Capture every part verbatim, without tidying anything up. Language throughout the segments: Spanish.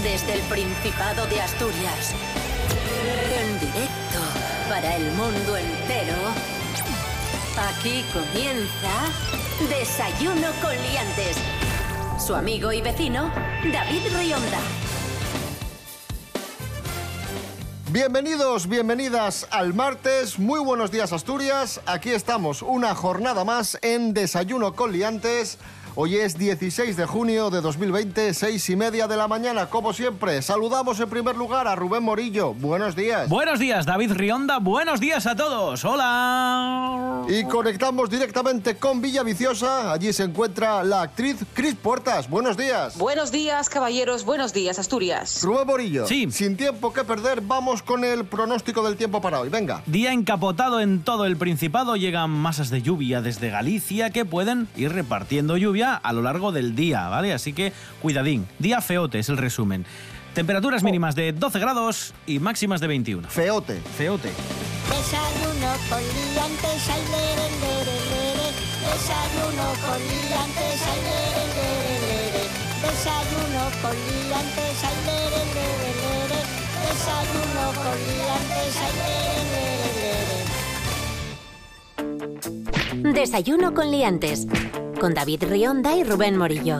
desde el Principado de Asturias, en directo para el mundo entero, aquí comienza Desayuno con Liantes. Su amigo y vecino, David Rionda. Bienvenidos, bienvenidas al martes. Muy buenos días, Asturias. Aquí estamos, una jornada más en Desayuno con Liantes. Hoy es dieciséis de junio de dos mil veinte, seis y media de la mañana, como siempre. Saludamos en primer lugar a Rubén Morillo. Buenos días. Buenos días, David Rionda. Buenos días a todos. Hola. Y conectamos directamente con Villaviciosa. Allí se encuentra la actriz Cris Puertas. Buenos días. Buenos días, caballeros. Buenos días, Asturias. Rubén Morillo. Sí. Sin tiempo que perder, vamos con el pronóstico del tiempo para hoy. Venga. Día encapotado en todo el Principado. Llegan masas de lluvia desde Galicia que pueden ir repartiendo lluvia a lo largo del día, ¿vale? Así que cuidadín. Día feote es el resumen. Temperaturas mínimas de doce grados y máximas de veintiuno. Feote. Feote. Desayuno con liantes, ay, lere, lere, lere. Desayuno con liantes, ay, lere, lere, lere. Desayuno con liantes, ay, lere, lere, lere. Desayuno con liantes, ay, lere, lere. Desayuno con Liantes, con David Rionda y Rubén Morillo.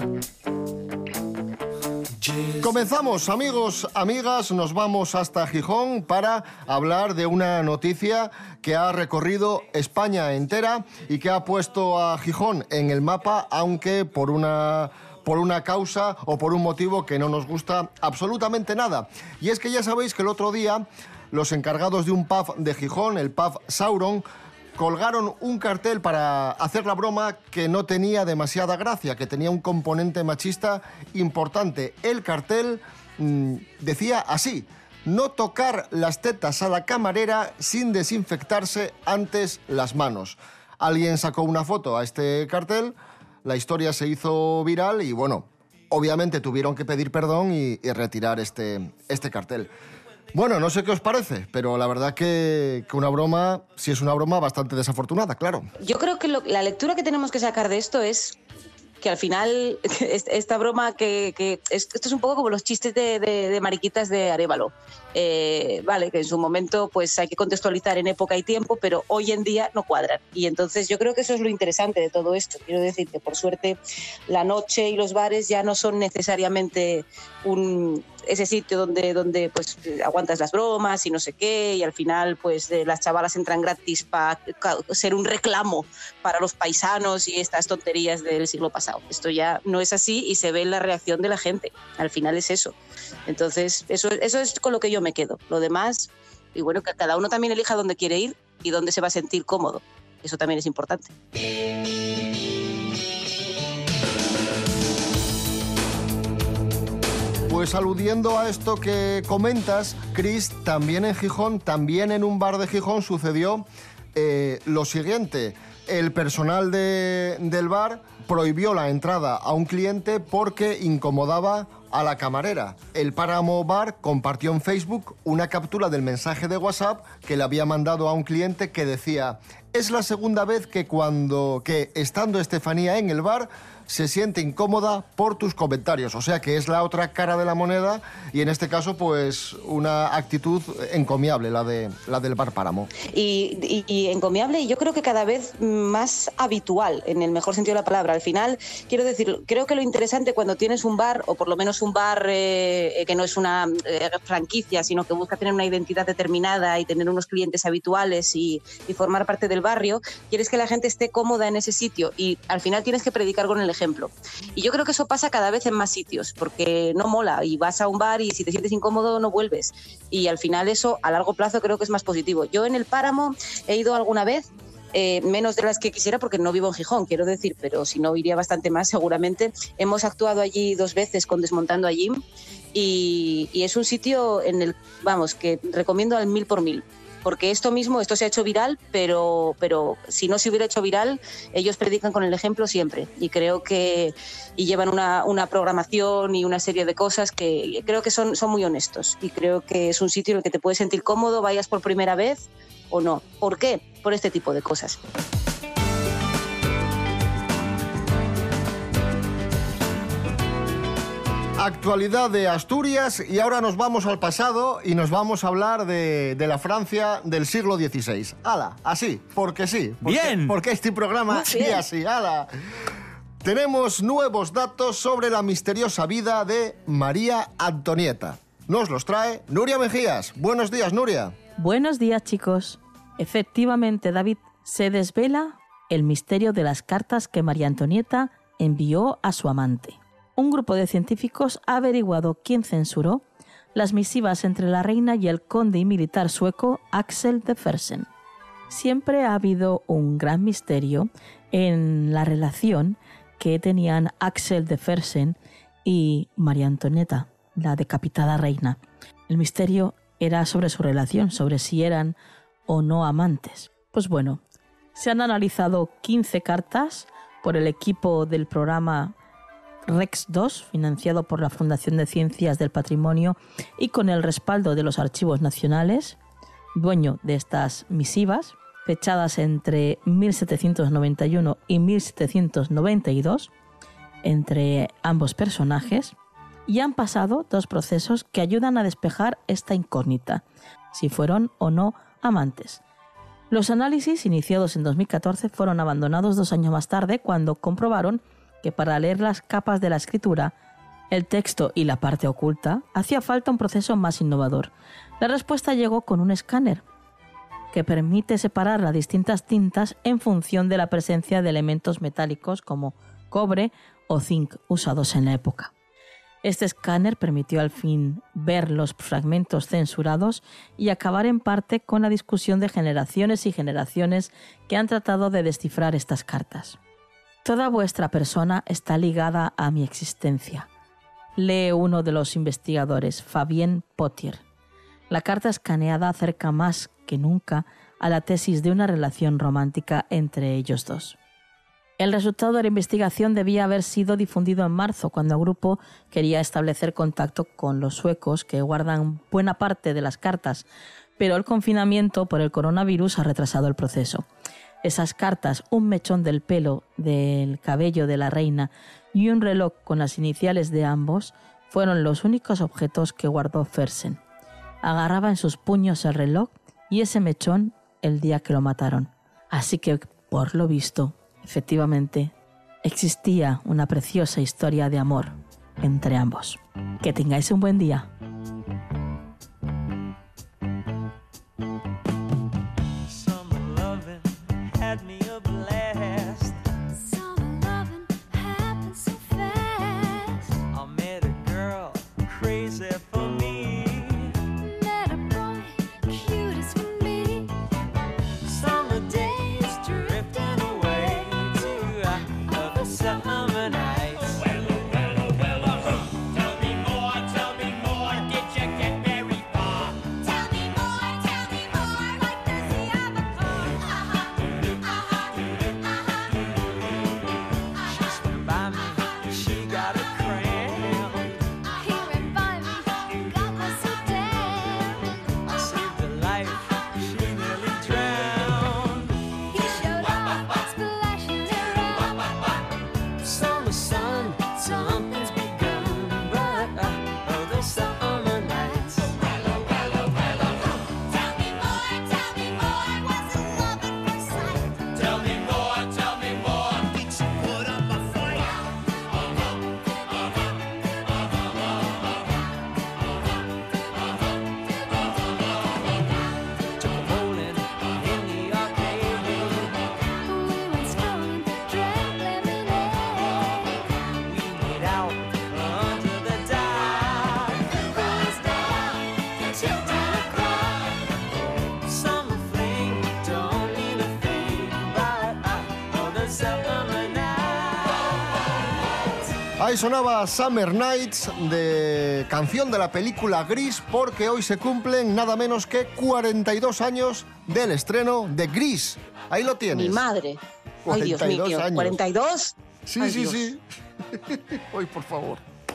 Comenzamos, amigos, amigas, nos vamos hasta Gijón para hablar de una noticia que ha recorrido España entera y que ha puesto a Gijón en el mapa, aunque por una... por una causa o por un motivo que no nos gusta absolutamente nada. Y es que ya sabéis que el otro día los encargados de un pub de Gijón, el pub Sauron, colgaron un cartel para hacer la broma que no tenía demasiada gracia, que tenía un componente machista importante. El cartel mmm, decía así: no tocar las tetas a la camarera sin desinfectarse antes las manos. Alguien sacó una foto a este cartel, la historia se hizo viral y, bueno, obviamente tuvieron que pedir perdón y, y retirar este, este cartel. Bueno, no sé qué os parece, pero la verdad que, que una broma, sí es una broma bastante desafortunada, claro. Yo creo que lo, la lectura que tenemos que sacar de esto es que al final esta broma que, que esto es un poco como los chistes de, de, de mariquitas de Arévalo. Eh, vale, que en su momento pues hay que contextualizar en época y tiempo, pero hoy en día no cuadran. Y entonces yo creo que eso es lo interesante de todo esto. Quiero decir que por suerte la noche y los bares ya no son necesariamente un, ese sitio donde, donde pues aguantas las bromas y no sé qué, y al final pues eh, las chavalas entran gratis para ser un reclamo para los paisanos y estas tonterías del siglo pasado. Esto ya no es así y se ve en la reacción de la gente. Al final es eso. Entonces eso, eso es con lo que yo me quedo. Lo demás, y bueno, que cada uno también elija dónde quiere ir y dónde se va a sentir cómodo. Eso también es importante. Pues aludiendo a esto que comentas, Cris, también en Gijón, también en un bar de Gijón sucedió eh, lo siguiente. El personal de, del bar prohibió la entrada a un cliente porque incomodaba a la camarera. El Páramo Bar compartió en Facebook una captura del mensaje de WhatsApp que le había mandado a un cliente que decía: es la segunda vez que cuando que estando Estefanía en el bar se siente incómoda por tus comentarios. O sea que es la otra cara de la moneda y en este caso pues una actitud encomiable la, de, la del Bar Páramo. Y, y, y encomiable y yo creo que cada vez más habitual, en el mejor sentido de la palabra. Al final, quiero decir, creo que lo interesante cuando tienes un bar, o por lo menos un bar eh, que no es una eh, franquicia, sino que busca tener una identidad determinada y tener unos clientes habituales y, y formar parte del barrio, quieres que la gente esté cómoda en ese sitio y al final tienes que predicar con el ejemplo. ejemplo. Y yo creo que eso pasa cada vez en más sitios, porque no mola y vas a un bar y si te sientes incómodo no vuelves. Y al final eso a largo plazo creo que es más positivo. Yo en el Páramo he ido alguna vez, eh, menos de las que quisiera porque no vivo en Gijón, quiero decir, pero si no iría bastante más seguramente. Hemos actuado allí dos veces con Desmontando a Jim y, y es un sitio en el, vamos, que recomiendo al mil por mil. Porque esto mismo, esto se ha hecho viral, pero, pero si no se hubiera hecho viral, ellos predican con el ejemplo siempre. Y creo que y llevan una, una programación y una serie de cosas que creo que son, son muy honestos. Y creo que es un sitio en el que te puedes sentir cómodo, vayas por primera vez o no. ¿Por qué? Por este tipo de cosas. Actualidad de Asturias, y ahora nos vamos al pasado y nos vamos a hablar de, de la Francia del siglo dieciséis. ¡Hala! Así, porque sí. Porque, ¡Bien! Porque este programa sí así, ¡hala! Tenemos nuevos datos sobre la misteriosa vida de María Antonieta. Nos los trae Nuria Mejías. Buenos días, Nuria. Buenos días, chicos. Efectivamente, David, se desvela el misterio de las cartas que María Antonieta envió a su amante. Un grupo de científicos ha averiguado quién censuró las misivas entre la reina y el conde y militar sueco Axel de Fersen. Siempre ha habido un gran misterio en la relación que tenían Axel de Fersen y María Antonieta, la decapitada reina. El misterio era sobre su relación, sobre si eran o no amantes. Pues bueno, se han analizado quince cartas por el equipo del programa Rex dos, financiado por la Fundación de Ciencias del Patrimonio y con el respaldo de los Archivos Nacionales, dueño de estas misivas, fechadas entre mil setecientos noventa y uno y mil setecientos noventa y dos, entre ambos personajes, y han pasado dos procesos que ayudan a despejar esta incógnita, si fueron o no amantes. Los análisis, iniciados en dos mil catorce, fueron abandonados dos años más tarde, cuando comprobaron que para leer las capas de la escritura, el texto y la parte oculta, hacía falta un proceso más innovador. La respuesta llegó con un escáner, que permite separar las distintas tintas en función de la presencia de elementos metálicos como cobre o zinc usados en la época. Este escáner permitió al fin ver los fragmentos censurados y acabar en parte con la discusión de generaciones y generaciones que han tratado de descifrar estas cartas. Toda vuestra persona está ligada a mi existencia, lee uno de los investigadores, Fabien Potier. La carta escaneada acerca más que nunca a la tesis de una relación romántica entre ellos dos. El resultado de la investigación debía haber sido difundido en marzo, cuando el grupo quería establecer contacto con los suecos, que guardan buena parte de las cartas, pero el confinamiento por el coronavirus ha retrasado el proceso. Esas cartas, un mechón del pelo del cabello de la reina y un reloj con las iniciales de ambos, fueron los únicos objetos que guardó Fersen. Agarraba en sus puños el reloj y ese mechón el día que lo mataron. Así que, por lo visto, efectivamente, existía una preciosa historia de amor entre ambos. Que tengáis un buen día. Ahí sonaba Summer Nights, de canción de la película Gris, porque hoy se cumplen nada menos que cuarenta y dos años del estreno de Gris. Ahí lo tienes. Mi madre. Ay, Dios mío, años. ¿cuarenta y dos? Sí, Ay, sí, Dios. sí. Hoy, por favor.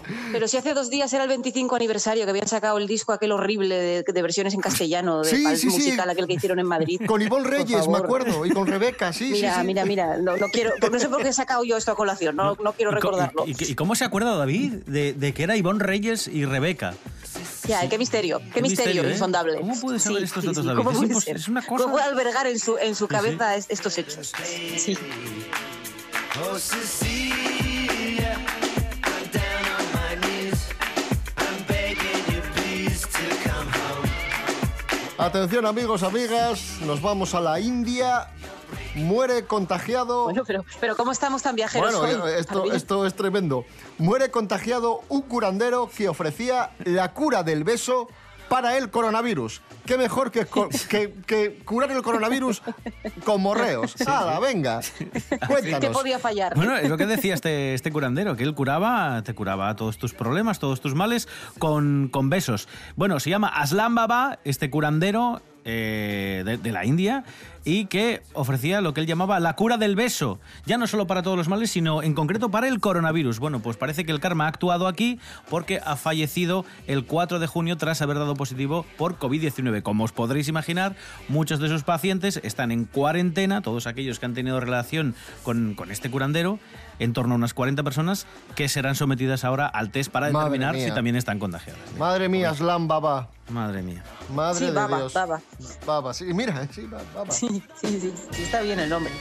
Pero si hace dos días era el veinticinco aniversario que habían sacado el disco aquel horrible de, de versiones en castellano, de Sí, Pals sí, sí. musical, aquel que hicieron en Madrid. Con Ivonne Por Reyes, me favor. acuerdo, y con Rebeca, sí, Mira, sí, sí. mira, mira, no, no quiero, no sé por qué he sacado yo esto a colación, no, no quiero ¿Y co- recordarlo. ¿Y, y- y cómo se acuerda David de, de que era Ivonne Reyes y Rebeca? Ya, qué misterio, qué, Qué misterio, misterio, ¿eh? insondable. ¿Cómo puede saber estos datos, David? ¿Cómo Es puede impos- ser? es una cosa- ¿Cómo puede albergar en su, en su cabeza es- estos hechos? Sí. Atención, amigos, amigas, nos vamos a la India. Muere contagiado... Bueno, pero, pero ¿cómo estamos tan viajeros Bueno, hoy? eh, esto, Javier? esto es tremendo. Muere contagiado un curandero que ofrecía la cura del beso para el coronavirus. Qué mejor que, co- que, que curar el coronavirus con morreos. ¡Hala, venga! ¿Qué Cuéntanos. podía fallar? Bueno, es lo que decía este, este curandero, que él curaba, te curaba todos tus problemas, todos tus males con, con besos. Bueno, se llama Aslam Baba, este curandero eh, de, de la India, y que ofrecía lo que él llamaba la cura del beso, ya no solo para todos los males, sino en concreto para el coronavirus. Bueno, pues parece que el karma ha actuado aquí porque ha fallecido el cuatro de junio tras haber dado positivo por covid diecinueve. Como os podréis imaginar, muchos de sus pacientes están en cuarentena, todos aquellos que han tenido relación con, con este curandero, en torno a unas cuarenta personas que serán sometidas ahora al test para Madre determinar mía. si también están contagiadas. Madre mía, Aslam Baba. Madre mía. Madre Sí, de Baba, Dios. Baba. Baba, sí, mira, sí, Baba. Sí, sí, sí, sí, está bien el nombre.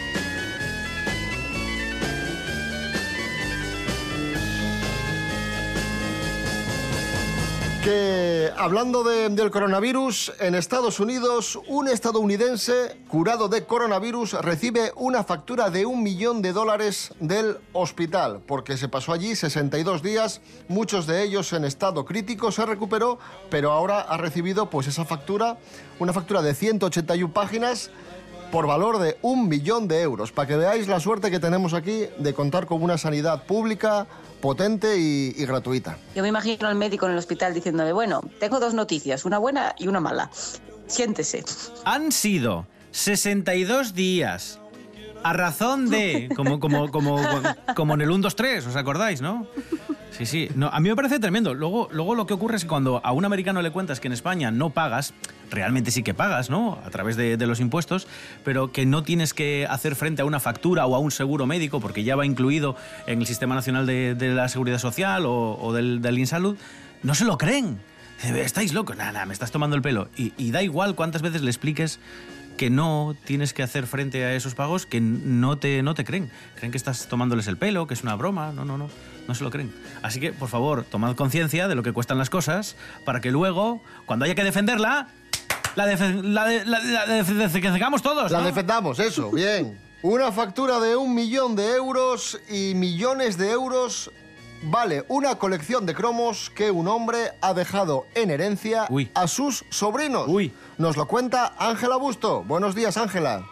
Que hablando de- del coronavirus, en Estados Unidos, un estadounidense curado de coronavirus recibe una factura de un millón de dólares del hospital, porque se pasó allí sesenta y dos días, muchos de ellos en estado crítico, se recuperó, pero ahora ha recibido pues esa factura, una factura de ciento ochenta y una páginas, por valor de un millón de euros, para que veáis la suerte que tenemos aquí de contar con una sanidad pública, potente y, y gratuita. Yo me imagino al médico en el hospital diciéndole, bueno, tengo dos noticias, una buena y una mala. Siéntese. Han sido sesenta y dos días a razón de... Como, como, como, como en el uno, dos, tres, ¿os acordáis, no? Sí, sí. No, a mí me parece tremendo. Luego, luego lo que ocurre es que cuando a un americano le cuentas que en España no pagas, realmente sí que pagas, ¿no? A través de, de los impuestos, pero que no tienes que hacer frente a una factura o a un seguro médico porque ya va incluido en el Sistema Nacional de, de la Seguridad Social o, o del, del InSalud, no se lo creen. Dice, estáis locos, nada, nada, me estás tomando el pelo. Y, y da igual cuántas veces le expliques que no tienes que hacer frente a esos pagos, que no te, no te creen. Creen que estás tomándoles el pelo, que es una broma. No, no, no, no se lo creen. Así que, por favor, tomad conciencia de lo que cuestan las cosas para que luego, cuando haya que defenderla, la, defe- la, de- la, la de- defendamos todos, La ¿no? defendamos, eso, bien. Una factura de un millón de euros y millones de euros vale una colección de cromos que un hombre ha dejado en herencia Uy. a sus sobrinos. Uy. Nos lo cuenta Ángela Busto. Buenos días, Ángela.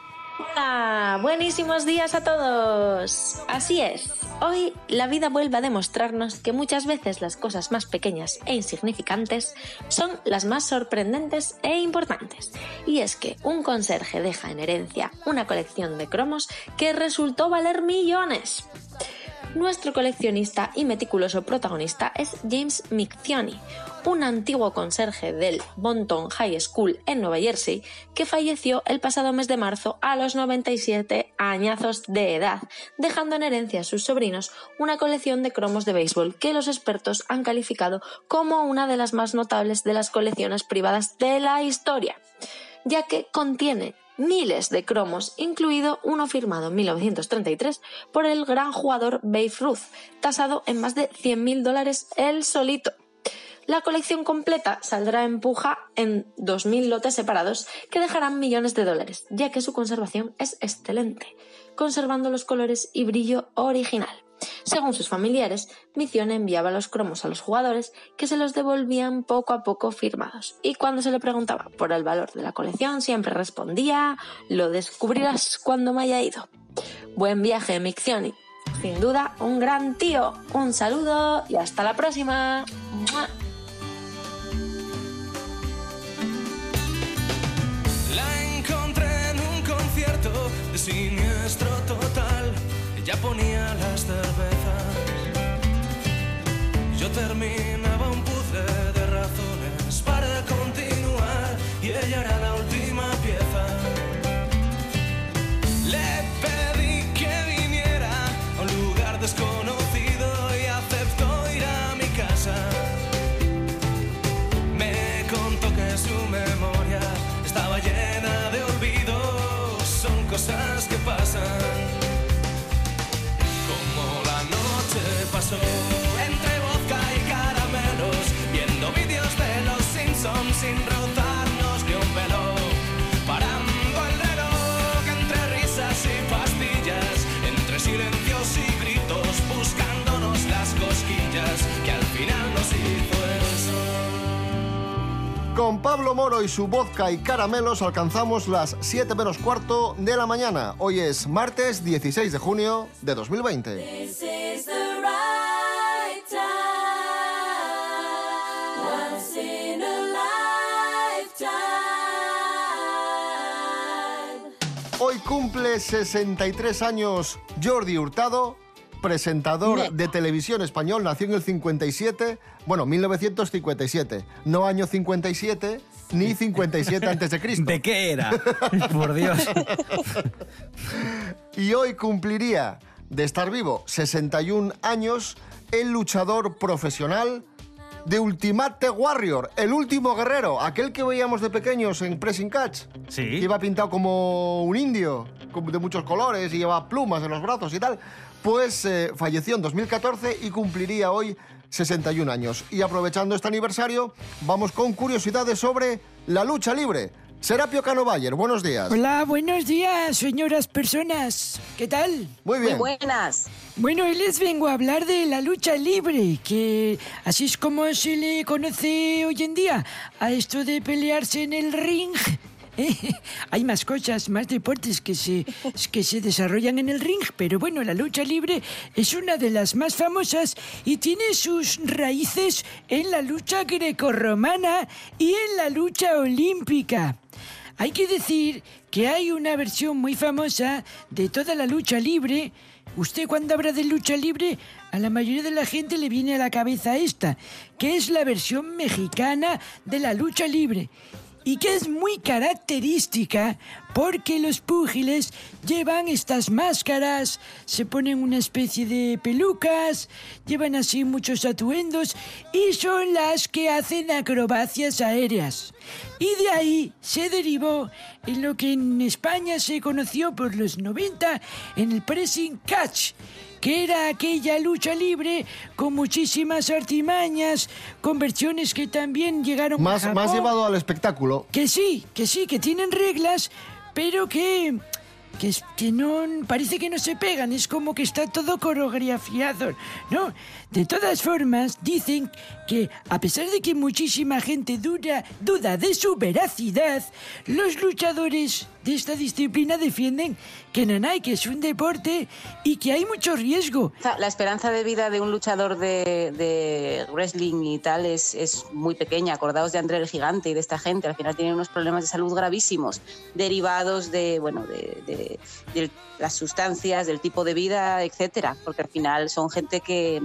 Hola, buenísimos días a todos. Así es, hoy la vida vuelve a demostrarnos que muchas veces las cosas más pequeñas e insignificantes son las más sorprendentes e importantes. Y es que un conserje deja en herencia una colección de cromos que resultó valer millones. Nuestro coleccionista y meticuloso protagonista es James Miccioni, un antiguo conserje del Bonton High School en Nueva Jersey que falleció el pasado mes de marzo a los noventa y siete añazos de edad, dejando en herencia a sus sobrinos una colección de cromos de béisbol que los expertos han calificado como una de las más notables de las colecciones privadas de la historia, ya que contiene miles de cromos, incluido uno firmado en mil novecientos treinta y tres por el gran jugador Babe Ruth, tasado en más de cien mil dólares él solito. La colección completa saldrá en puja en dos mil lotes separados que dejarán millones de dólares, ya que su conservación es excelente, conservando los colores y brillo original. Según sus familiares, Miccioni enviaba los cromos a los jugadores que se los devolvían poco a poco firmados. Y cuando se le preguntaba por el valor de la colección, siempre respondía: lo descubrirás cuando me haya ido. Buen viaje, Miccioni. Sin duda, un gran tío. Un saludo y hasta la próxima. ¡Mua! La encontré en un concierto de Siniestro Total. Ella ponía las cervezas terminaba un puzzle de razones para continuar y ella era la última pieza. Le pedí que viniera a un lugar desconocido y aceptó ir a mi casa. Me contó que su memoria estaba llena de olvidos, son cosas que pasan. Como la noche pasó entre vodka y caramelos, viendo vídeos de los Simpsons sin rozarnos ni un pelo, parando el reloj entre risas y pastillas, entre silencios y gritos, buscándonos las cosquillas que al final nos hizo el sol. Con Pablo Moro y su vodka y caramelos alcanzamos las siete menos cuarto de la mañana. Hoy es martes dieciséis de junio de dos mil veinte. This is the right time. Once in a lifetime. Hoy cumple sesenta y tres años Jordi Hurtado, presentador Neca. de televisión español, nació en el cincuenta y siete, bueno, mil novecientos cincuenta y siete, no año cincuenta y siete, ni cincuenta y siete antes de Cristo. ¿De qué era? Por Dios. Y hoy cumpliría, de estar vivo, sesenta y un años, el luchador profesional de Ultimate Warrior, el último guerrero, aquel que veíamos de pequeños en Pressing Catch. Sí. Que iba pintado como un indio, como de muchos colores, y llevaba plumas en los brazos y tal. Pues eh, falleció en dos mil catorce y cumpliría hoy sesenta y un años. Y aprovechando este aniversario, vamos con curiosidades sobre la lucha libre. Serapio Cano Bayer, buenos días. Hola, buenos días, señoras personas. ¿Qué tal? Muy Muy bien. buenas. Bueno, hoy les vengo a hablar de la lucha libre, que así es como se le conoce hoy en día a esto de pelearse en el ring. ¿Eh? Hay más cosas, más deportes que se, que se desarrollan en el ring, pero bueno, la lucha libre es una de las más famosas y tiene sus raíces en la lucha grecorromana y en la lucha olímpica. Hay que decir que hay una versión muy famosa de toda la lucha libre. Usted cuando habla de lucha libre, a la mayoría de la gente le viene a la cabeza esta, que es la versión mexicana de la lucha libre. Y que es muy característica porque los púgiles llevan estas máscaras, se ponen una especie de pelucas, llevan así muchos atuendos y son las que hacen acrobacias aéreas. Y de ahí se derivó en lo que en España se conoció por los noventa en el pressing catch, que era aquella lucha libre con muchísimas artimañas, con versiones que también llegaron Más, a Japón. más llevado al espectáculo. Que sí, que sí, que tienen reglas, pero que... Que, es- que no... Parece que no se pegan, es como que está todo coreografiado, ¿no? De todas formas, dicen que, a pesar de que muchísima gente duda, duda de su veracidad, los luchadores de esta disciplina defienden que nanay, que es un deporte y que hay mucho riesgo. La esperanza de vida de un luchador de, de wrestling y tal es, es muy pequeña. Acordaos de André el Gigante y de esta gente. Al final tienen unos problemas de salud gravísimos, derivados de, bueno, de, de- de las sustancias, del tipo de vida, etcétera. Porque al final son gente que...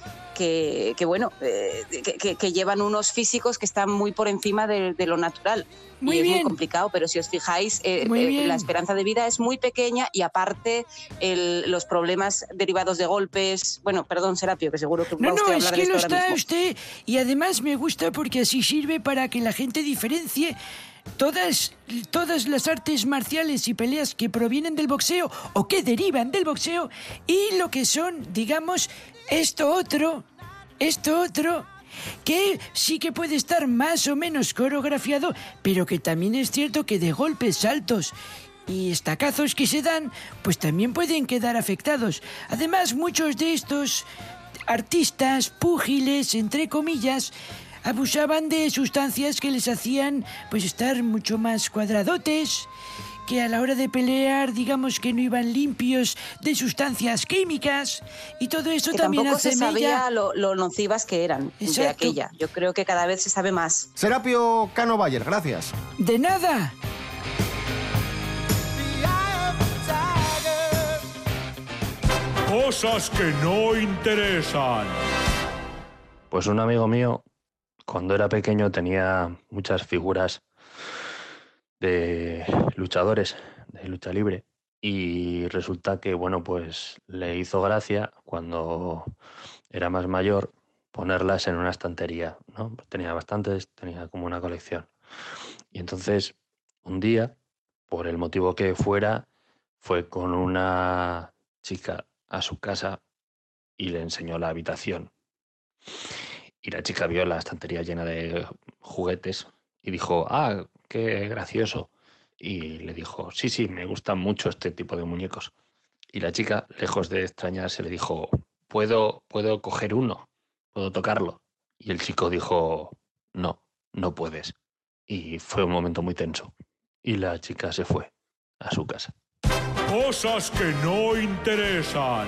Que, que, bueno, eh, que, que- que llevan unos físicos que están muy por encima de, de lo natural. Muy y es bien. muy complicado, pero si os fijáis, eh, Muy eh, bien. la esperanza de vida es muy pequeña y aparte el- los problemas derivados de golpes... Bueno, perdón, Serapio, que seguro que va No, usted no, a es hablar de que lo esto ahora está mismo. usted y además me gusta porque así sirve para que la gente diferencie todas, todas las artes marciales y peleas que provienen del boxeo o que derivan del boxeo y lo que son, digamos, esto otro, esto otro, que sí que puede estar más o menos coreografiado, pero que también es cierto que de golpes, saltos y estacazos que se dan, pues también pueden quedar afectados. Además, muchos de estos artistas, púgiles, entre comillas, abusaban de sustancias que les hacían pues estar mucho más cuadradotes, que a la hora de pelear, digamos que no iban limpios de sustancias químicas, y todo eso Que también tampoco hace se sabía lo, lo nocivas que eran de Exacto. aquella. Yo creo que cada vez se sabe más. Serapio Cano Bayer, gracias. De nada. Cosas que no interesan. Pues un amigo mío, cuando era pequeño, tenía muchas figuras de luchadores de lucha libre y resulta que, bueno, pues le hizo gracia cuando era más mayor ponerlas en una estantería, ¿no? Tenía bastantes, tenía como una colección. Y entonces, un día, por el motivo que fuera, fue con una chica a su casa y le enseñó la habitación. Y la chica vio la estantería llena de juguetes y dijo, ah, qué gracioso. Y le dijo, sí, sí, me gustan mucho este tipo de muñecos. Y la chica, lejos de extrañarse, le dijo, ¿puedo, puedo coger uno? ¿Puedo tocarlo? Y el chico dijo, no, no puedes. Y fue un momento muy tenso. Y la chica se fue a su casa. Cosas que no interesan.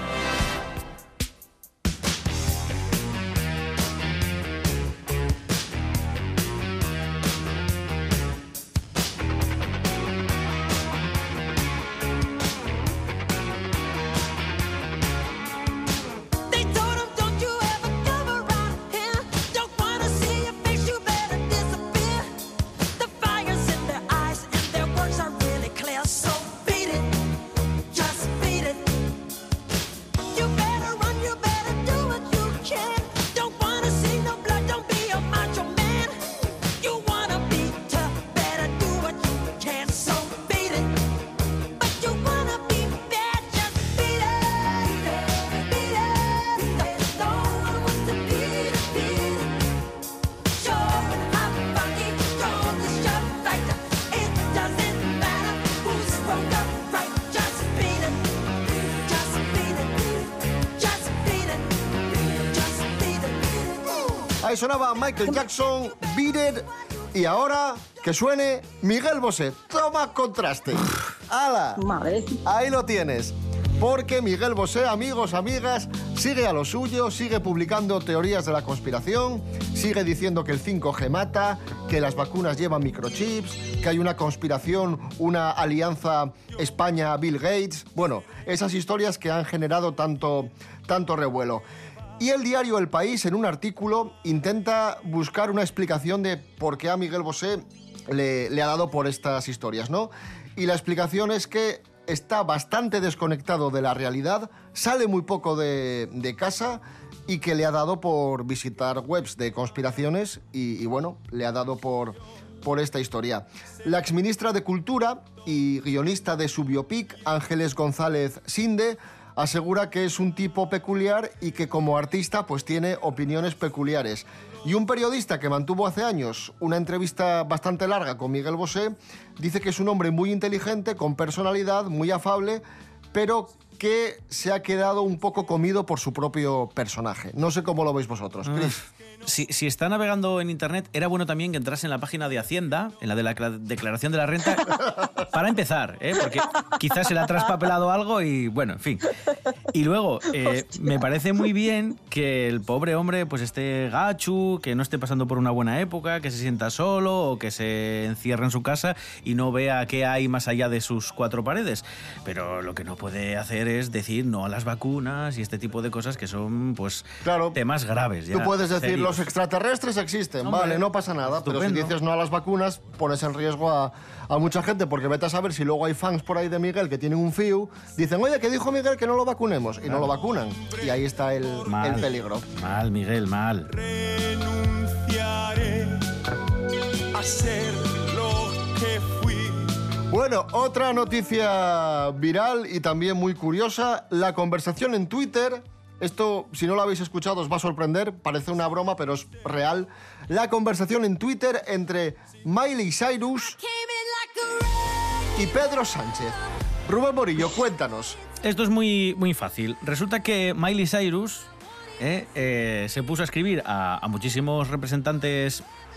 Ahí sonaba Michael Jackson, Beat It, y ahora que suene Miguel Bosé. Toma contraste. ¡Hala! Madre. Ahí lo tienes. Porque Miguel Bosé, amigos, amigas, sigue a lo suyo, sigue publicando teorías de la conspiración, sigue diciendo que el cinco G mata, que las vacunas llevan microchips, que hay una conspiración, una alianza España-Bill Gates. Bueno, esas historias que han generado tanto, tanto revuelo. Y el diario El País, en un artículo, intenta buscar una explicación de por qué a Miguel Bosé le, le ha dado por estas historias, ¿no? Y la explicación es que está bastante desconectado de la realidad, sale muy poco de, de casa y que le ha dado por visitar webs de conspiraciones y, y bueno, le ha dado por, por esta historia. La exministra de Cultura y guionista de su biopic, Ángeles González Sinde, asegura que es un tipo peculiar y que como artista pues tiene opiniones peculiares. Y un periodista que mantuvo hace años una entrevista bastante larga con Miguel Bosé dice que es un hombre muy inteligente, con personalidad, muy afable, pero que se ha quedado un poco comido por su propio personaje. No sé cómo lo veis vosotros, Chris. Si, si está navegando en internet, era bueno también que entrase en la página de Hacienda, en la de la declaración de la renta, para empezar, ¿eh? Porque quizás se le ha traspapelado algo y, bueno, en fin. Y luego, eh, me parece muy bien que el pobre hombre pues esté gachu, que no esté pasando por una buena época, que se sienta solo o que se encierre en su casa y no vea qué hay más allá de sus cuatro paredes. Pero lo que no puede hacer es decir no a las vacunas y este tipo de cosas que son, pues, claro, temas graves. Ya, tú puedes decir, serios. Los extraterrestres existen, Hombre, vale, no pasa nada, estupendo. pero si dices no a las vacunas, pones en riesgo a, a mucha gente, porque vete a saber si luego hay fans por ahí de Miguel que tienen un fiu, dicen, oye, que dijo Miguel que no lo vacunemos, y claro, no lo vacunan, y ahí está el, mal, el peligro. Mal, Miguel, mal. Renunciaré a ser lo que fui. Bueno, otra noticia viral y también muy curiosa, la conversación en Twitter. Esto, si no lo habéis escuchado, os va a sorprender, parece una broma, pero es real. La conversación en Twitter entre Miley Cyrus y Pedro Sánchez. Rubén Morillo, cuéntanos. Esto es muy, muy fácil. Resulta que Miley Cyrus eh, eh, se puso a escribir a, a muchísimos representantes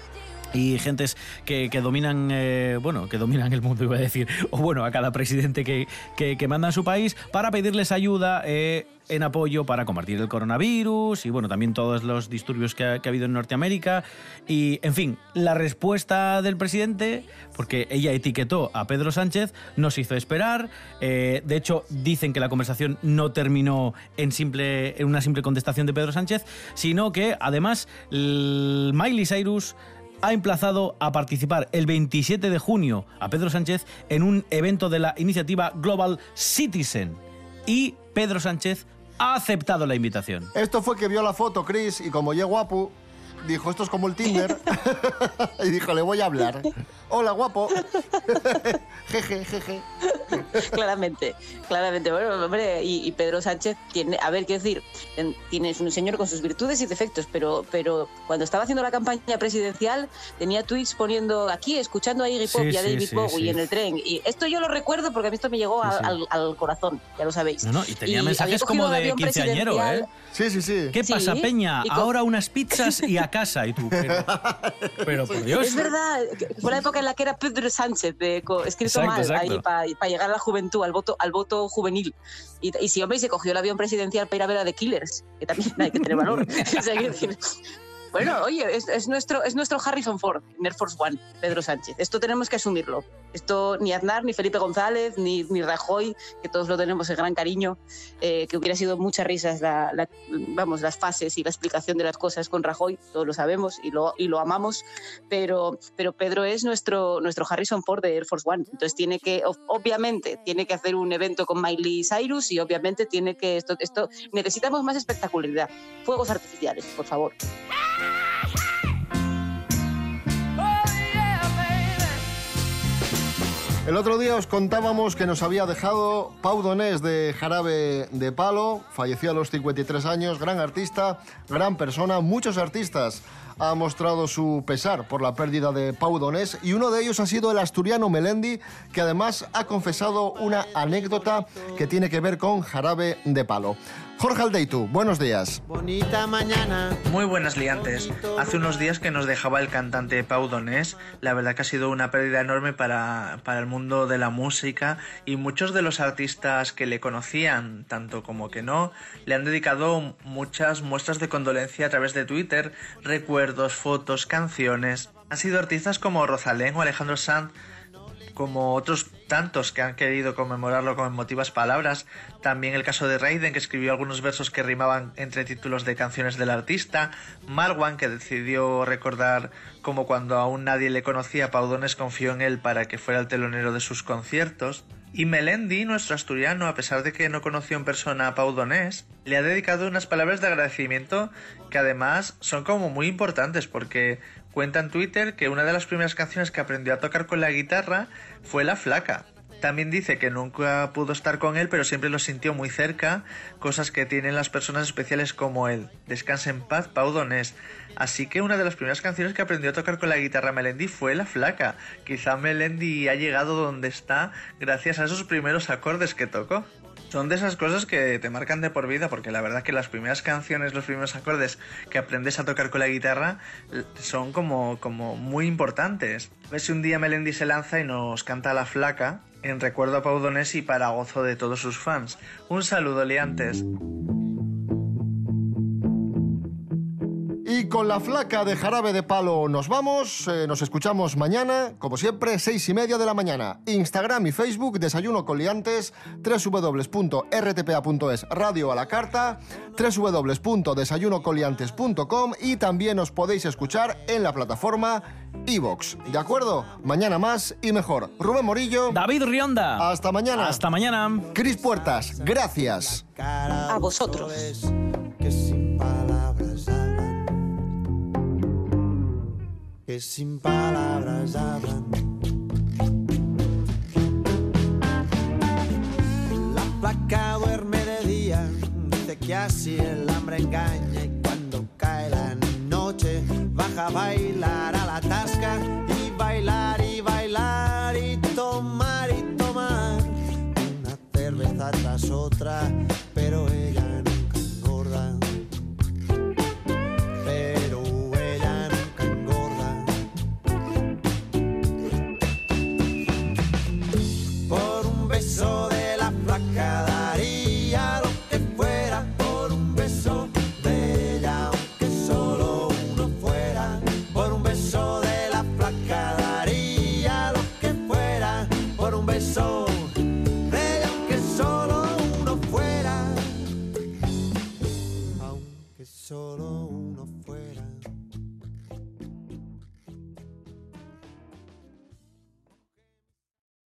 y gentes que, que dominan, eh, bueno, que dominan el mundo, iba a decir, o bueno, a cada presidente que, que, que manda en su país, para pedirles ayuda eh, en apoyo para combatir el coronavirus y, bueno, también todos los disturbios que ha, que ha habido en Norteamérica. Y, en fin, la respuesta del presidente, porque ella etiquetó a Pedro Sánchez, no se hizo esperar. Eh, de hecho, dicen que la conversación no terminó en, simple, en una simple contestación de Pedro Sánchez, sino que, además, el Miley Cyrus ha emplazado a participar el veintisiete de junio a Pedro Sánchez en un evento de la iniciativa Global Citizen. Y Pedro Sánchez ha aceptado la invitación. Esto fue que vio la foto, Chris, y como llegó guapo, dijo, esto es como el Tinder. Y dijo, le voy a hablar. Hola, guapo. Jeje, jeje. Claramente, claramente. Bueno, hombre, y, y Pedro Sánchez tiene, a ver, quiero decir, en, tiene, es un señor con sus virtudes y defectos, pero, pero cuando estaba haciendo la campaña presidencial tenía tweets poniendo aquí, escuchando a Iggy Pop Sí, y a sí, David sí, Bowie sí. en el tren. Y esto yo lo recuerdo porque a mí esto me llegó Sí, a- sí. Al, al corazón, ya lo sabéis. No, no, y tenía Y mensajes había como cogido de avión quinceañero, presidencial. ¿eh? Sí, sí, sí. ¿Qué Sí, pasa, Peña? y con- Ahora unas pizzas y a casa. Y tú, pero, pero por Dios. Es verdad, que fue la época en la que era Pedro Sánchez, de, co- escrito Exacto, mal, exacto. ahí para llegar a la juventud, al voto, al voto juvenil. Y, y sí, hombre, y se cogió el avión presidencial para ir a ver a The Killers, que también hay que tener valor. O sea, quiero decir, bueno, oye, es, es, nuestro, es nuestro Harrison Ford en Air Force One, Pedro Sánchez. Esto tenemos que asumirlo. Esto ni Aznar, ni Felipe González, ni, ni Rajoy, que todos lo tenemos en gran cariño, eh, que hubiera sido muchas risas la, la, vamos, las fases y la explicación de las cosas con Rajoy, todos lo sabemos y lo, y lo amamos, pero, pero Pedro es nuestro, nuestro Harrison Ford de Air Force One. Entonces tiene que, obviamente, tiene que hacer un evento con Miley Cyrus y obviamente tiene que, esto, esto necesitamos más espectacularidad. Fuegos artificiales, por favor. El otro día os contábamos que nos había dejado Pau Donés de Jarabe de Palo, falleció a los cincuenta y tres años, gran artista, gran persona, muchos artistas han mostrado su pesar por la pérdida de Pau Donés y uno de ellos ha sido el asturiano Melendi, que además ha confesado una anécdota que tiene que ver con Jarabe de Palo. Jorge Aldeitu, buenos días. Bonita mañana. Muy buenas liantes. Hace unos días que nos dejaba el cantante Pau Donés. La verdad que ha sido una pérdida enorme para, para el mundo de la música y muchos de los artistas que le conocían, tanto como que no, le han dedicado muchas muestras de condolencia a través de Twitter, recuerdos, fotos, canciones. Han sido artistas como Rosalén o Alejandro Sanz, como otros tantos que han querido conmemorarlo con emotivas palabras. También el caso de Raiden, que escribió algunos versos que rimaban entre títulos de canciones del artista. Marwan, que decidió recordar cómo cuando aún nadie le conocía, Pau Donés confió en él para que fuera el telonero de sus conciertos. Y Melendi, nuestro asturiano, a pesar de que no conoció en persona a Pau Donés, le ha dedicado unas palabras de agradecimiento que además son como muy importantes, porque cuenta en Twitter que una de las primeras canciones que aprendió a tocar con la guitarra fue La Flaca. También dice que nunca pudo estar con él, pero siempre lo sintió muy cerca, cosas que tienen las personas especiales como él. Descanse en paz, Pau Donés. Así que una de las primeras canciones que aprendió a tocar con la guitarra Melendi fue La Flaca. Quizá Melendi ha llegado donde está gracias a esos primeros acordes que tocó. Son de esas cosas que te marcan de por vida, porque la verdad que las primeras canciones, los primeros acordes que aprendes a tocar con la guitarra son como, como muy importantes. A ver si un día Melendi se lanza y nos canta La Flaca en recuerdo a Pau Donés y para gozo de todos sus fans. Un saludo, liantes. Y con La Flaca de Jarabe de Palo nos vamos, eh, nos escuchamos mañana, como siempre, seis y media de la mañana. Instagram y Facebook, Desayuno con Liantes, doble u doble u doble u punto r t p a punto es, Radio a la Carta, doble u doble u doble u punto desayuno con liantes punto com y también os podéis escuchar en la plataforma iVoox. ¿De acuerdo? Mañana más y mejor. Rubén Morillo. David Rionda. Hasta mañana. Hasta mañana. Cris Puertas, gracias. A vosotros. Que sin palabras hablan, que sin palabras hablan. La placa duerme de día, dice que así el hambre engaña y cuando cae la noche baja a bailar a la tasca y bailar y bailar y tomar y tomar una cerveza tras otra, pero ella nunca engorda, pero ella nunca engorda. que solo uno fuera